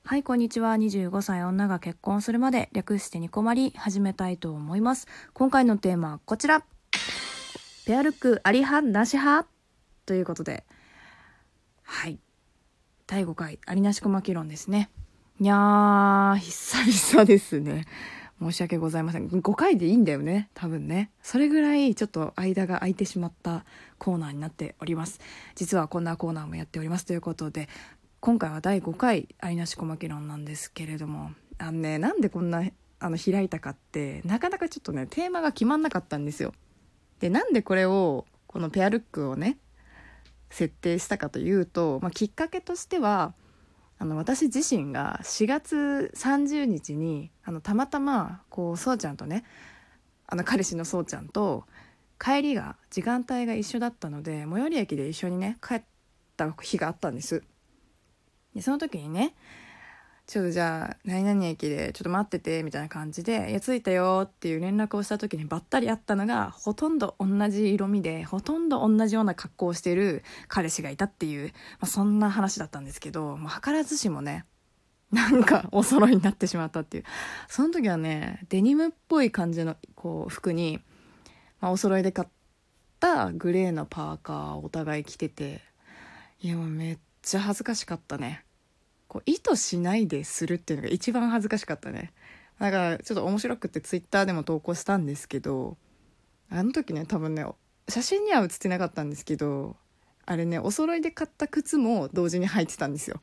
はい、こんにちは。25歳女が結婚するまで略してニコマリ始めたいと思います。今回のテーマはこちら。ペアルックあり派なし派ということで、はい。第5回ありなし小牧論ですね。いやー、久々ですね。申し訳ございません。5回でいいんだよね。多分ね。それぐらいちょっと間が空いてしまったコーナーになっております。実はこんなコーナーもやっておりますということで、今回は第5回ありなし小牧論なんですけれども、なんでこんな開いたかって、なかなかちょっとねテーマが決まんなかったんですよ。で、なんでこのペアルックをね設定したかというと、きっかけとしては私自身が4月30日にたまたまそうちゃんとね、彼氏のそうちゃんと帰りが時間帯が一緒だったので、最寄り駅で一緒にね帰った日があったんです。でその時にね、ちょっとじゃあ何々駅でちょっと待っててみたいな感じで、いや着いたよっていう連絡をした時にばったり会ったのが、ほとんど同じ色味でほとんど同じような格好をしている彼氏がいたっていう、そんな話だったんですけど、図らずしもねなんかお揃いになってしまったっていう。その時はね、デニムっぽい感じの服に、お揃いで買ったグレーのパーカーをお互い着てて、いやもうめっちゃ恥ずかしかったね。意図しないでするっていうのが一番恥ずかしかったね。だからちょっと面白くてツイッターでも投稿したんですけど、あの時ね多分ね写真には写ってなかったんですけど、あれねお揃いで買った靴も同時に履いてたんですよ。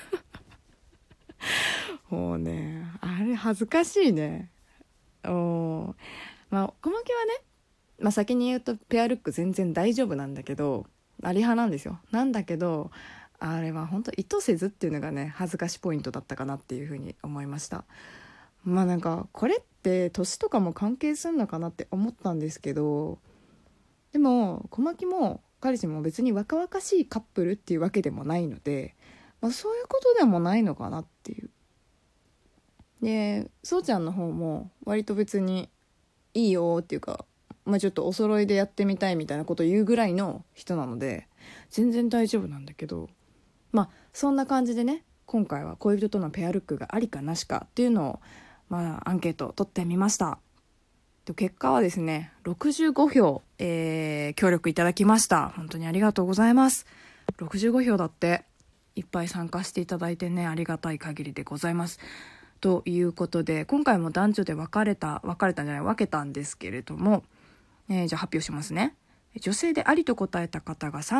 もうねあれ恥ずかしいね。小牧はね、先に言うとペアルック全然大丈夫なんだけど、あり派なんですよ。なんだけどあれは本当意図せずっていうのがね恥ずかしポイントだったかなっていうふうに思いました。なんかこれって年とかも関係するのかなって思ったんですけど、でも小牧も彼氏も別に若々しいカップルっていうわけでもないので、そういうことでもないのかなっていう。でそうちゃんの方も割と別にいいよっていうか、ちょっとお揃いでやってみたいみたいなことを言うぐらいの人なので全然大丈夫なんだけど、そんな感じでね、今回は恋人とのペアルックがありかなしかっていうのをアンケート取ってみました。結果はですね65票、協力いただきました。本当にありがとうございます。65票だって。いっぱい参加していただいてね、ありがたい限りでございます。ということで今回も男女で分けたんですけれども、じゃあ発表しますね。女性でありと答えた方が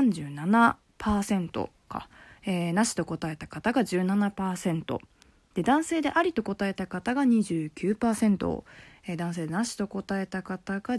37% か、なしと答えた方が 17% で、男性でありと答えた方が 29%、男性でなしと答えた方が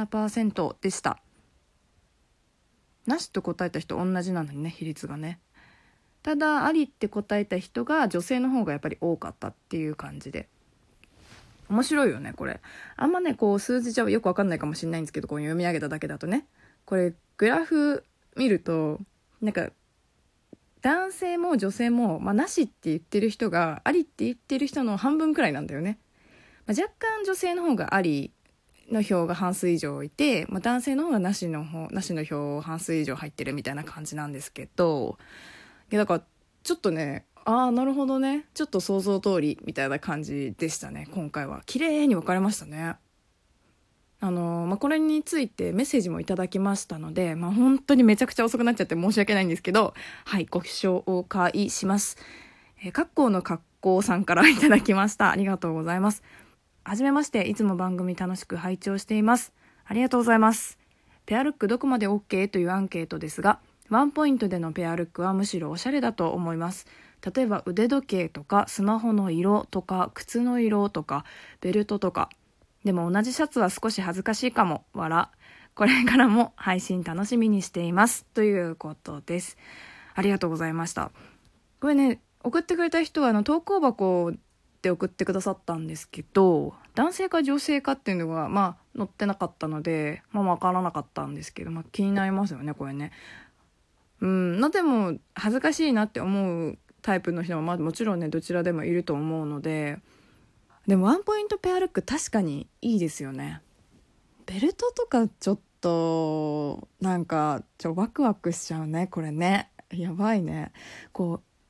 17% でした。なしと答えた人同じなんだね、比率がね。ただありって答えた人が女性の方がやっぱり多かったっていう感じで、面白いよねこれ。あんまね数字じゃよくわかんないかもしれないんですけど、読み上げただけだとね、これグラフ見るとなんか男性も女性も、なしって言ってる人がありって言ってる人の半分くらいなんだよね。若干女性の方がありの票が半数以上いて、男性の方がなしの票半数以上入ってるみたいな感じなんですけど、だからちょっとね、なるほどね、ちょっと想像通りみたいな感じでしたね。今回は綺麗に分かれましたね。これについてメッセージもいただきましたので、本当にめちゃくちゃ遅くなっちゃって申し訳ないんですけど、はい、ご紹介します。格好の格好さんからいただきました。ありがとうございます。はじめまして、いつも番組楽しく拝聴しています。ありがとうございます。ペアルックどこまで OK というアンケートですが、ワンポイントでのペアルックはむしろおしゃれだと思います。例えば腕時計とかスマホの色とか靴の色とかベルトとか。でも同じシャツは少し恥ずかしいかも。これからも配信楽しみにしています。ということです。ありがとうございました。これね、送ってくれた人は投稿箱で送ってくださったんですけど、男性か女性かっていうのが載ってなかったので、わからなかったんですけど、気になりますよねこれね。でも恥ずかしいなって思うタイプの人ももちろんねどちらでもいると思うので、でもワンポイントペアルック確かにいいですよね。ベルトとかちょっとなんかワクワクしちゃうねこれね。やばいね。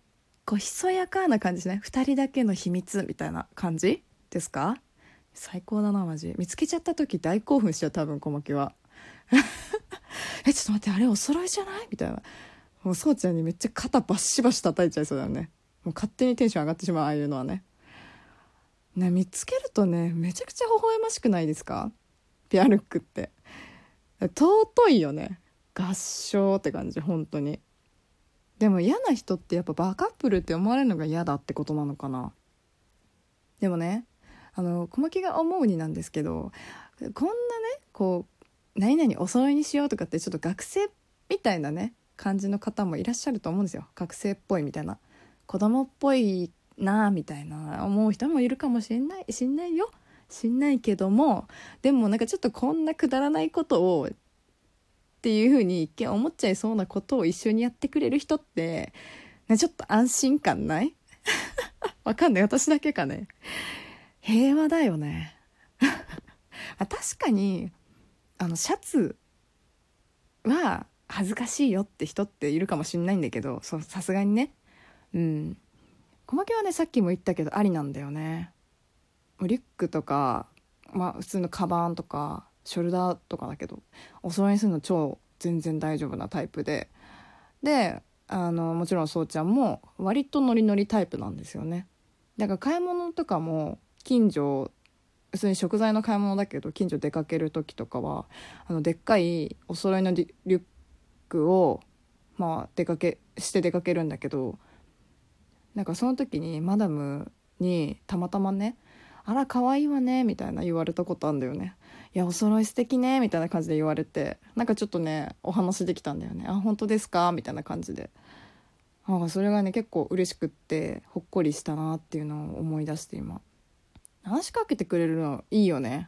こうひそやかな感じですね。二人だけの秘密みたいな感じですか？最高だなマジ。見つけちゃった時大興奮しちゃう、多分小牧は。ちょっと待って、あれお揃いじゃないみたいな。もうそうちゃんにめっちゃ肩バッシバシ叩いちゃいそうだよね。もう勝手にテンション上がってしまう、ああいうのはね。ね、見つけるとね、めちゃくちゃ微笑ましくないですか？ペアルックって尊いよね。合唱って感じ、本当に。でも嫌な人ってやっぱバカップルって思われるのが嫌だってことなのかな。でもね、小牧が思うになんですけど、こんなね、こう何々お揃いにしようとかってちょっと学生みたいなね感じの方もいらっしゃると思うんですよ。学生っぽいみたいな、子供っぽいなみたいな思う人もいるかもしんないよ、しんないけども、でもなんかちょっとこんなくだらないことをっていう風に一見思っちゃいそうなことを一緒にやってくれる人ってちょっと安心感ない？わかんない、私だけかね。平和だよね。確かにシャツは恥ずかしいよって人っているかもしんないんだけど、さすがにね。小牧はね、さっきも言ったけどありなんだよね。リュックとか、普通のカバンとかショルダーとかだけどお揃いにするの超全然大丈夫なタイプで、もちろんそうちゃんも割とノリノリタイプなんですよね。だから買い物とかも近所、普通に食材の買い物だけど近所出かける時とかはでっかいお揃いのリュックを出かけるんだけど、なんかその時にマダムにたまたまね、あら可愛いわねみたいな言われたことあるんだよね。いやお揃い素敵ねみたいな感じで言われて、なんかちょっとねお話できたんだよね。あ本当ですかみたいな感じで、それがね結構嬉しくってほっこりしたなっていうのを思い出して、今話しかけてくれるのいいよね。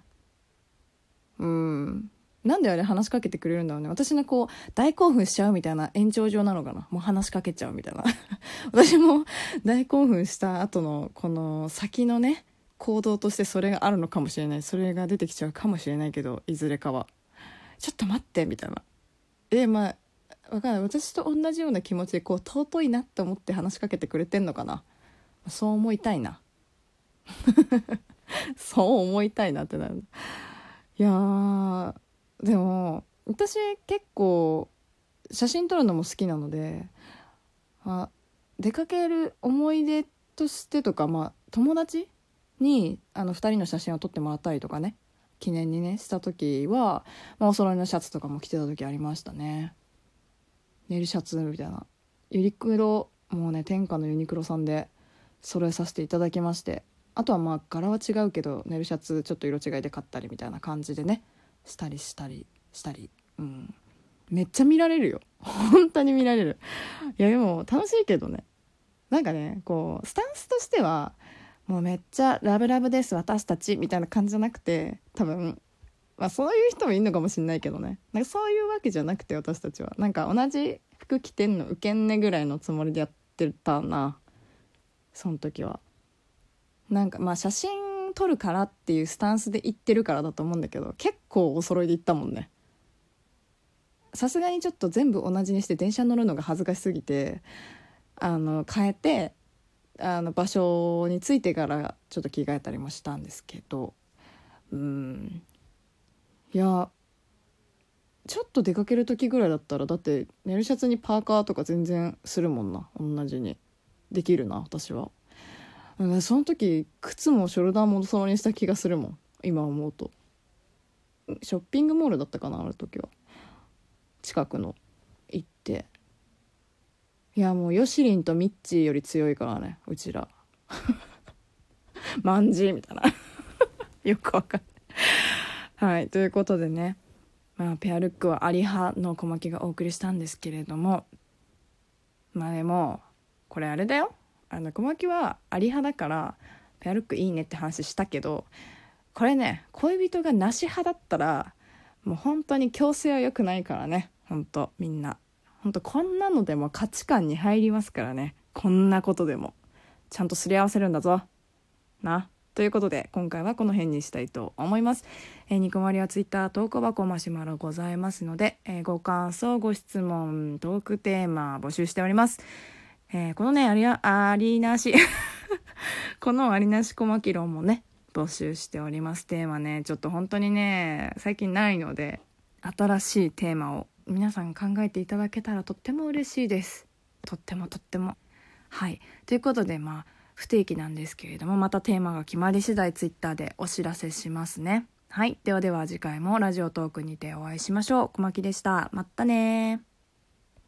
なんであれ話しかけてくれるんだろうね。私のこう大興奮しちゃうみたいな延長上なのかな。もう話しかけちゃうみたいな私も大興奮した後のこの先のね行動としてそれがあるのかもしれない。それが出てきちゃうかもしれないけど、いずれかはちょっと待ってみたいな。わかんない、私と同じような気持ちでこう尊いなって思って話しかけてくれてんのかな。そう思いたいなそう思いたいなってなる。いやー、でも私結構写真撮るのも好きなので、出かける思い出としてとか、友達に2人の写真を撮ってもらったりとかね、記念にねした時は、お揃いのシャツとかも着てた時ありましたね。ネイルシャツみたいな、ユニクロ、もうね天下のユニクロさんで揃えさせていただきまして、あとは柄は違うけどネイルシャツちょっと色違いで買ったりみたいな感じでねしたり、めっちゃ見られるよ本当に見られる。いやでも楽しいけどね、なんかねこうスタンスとしてはもうめっちゃラブラブです私たちみたいな感じじゃなくて、多分そういう人もいるのかもしれないけどね、なんかそういうわけじゃなくて、私たちはなんか同じ服着てんのウケんねぐらいのつもりでやってたな、その時は。なんか写真撮るからっていうスタンスで行ってるからだと思うんだけど、結構お揃いで行ったもんね。さすがにちょっと全部同じにして電車乗るのが恥ずかしすぎて変えて場所に着いてからちょっと着替えたりもしたんですけど、いやちょっと出かける時ぐらいだったらだってネイルシャツにパーカーとか全然するもんな、同じにできるな私は。その時靴もショルダーもそろにした気がするもん、今思うと。ショッピングモールだったかな、ある時は近くの行って、いやもうヨシリンとミッチーより強いからねうちらマンジーみたいなよくわかんないはい、ということでね、ペアルックはあり派の小牧がお送りしたんですけれども、でもこれあれだよ、小牧はあり派だからペアルックいいねって話したけど、これね恋人がなし派だったらもう本当に強制は良くないからね。本当みんな本当こんなのでも価値観に入りますからね。こんなことでもちゃんとすり合わせるんだぞな。ということで今回はこの辺にしたいと思います。ニコマリはツイッター投稿箱マシュマロございますので、ご感想ご質問トークテーマ募集しております。 このねありなしこのありなし小牧論もね募集しております。テーマねちょっと本当にね最近ないので、新しいテーマを皆さん考えていただけたらとっても嬉しいです。とってもはい。ということで不定期なんですけれども、またテーマが決まり次第ツイッターでお知らせしますね。はい。では次回もラジオトークにてお会いしましょう。小牧でした。またね。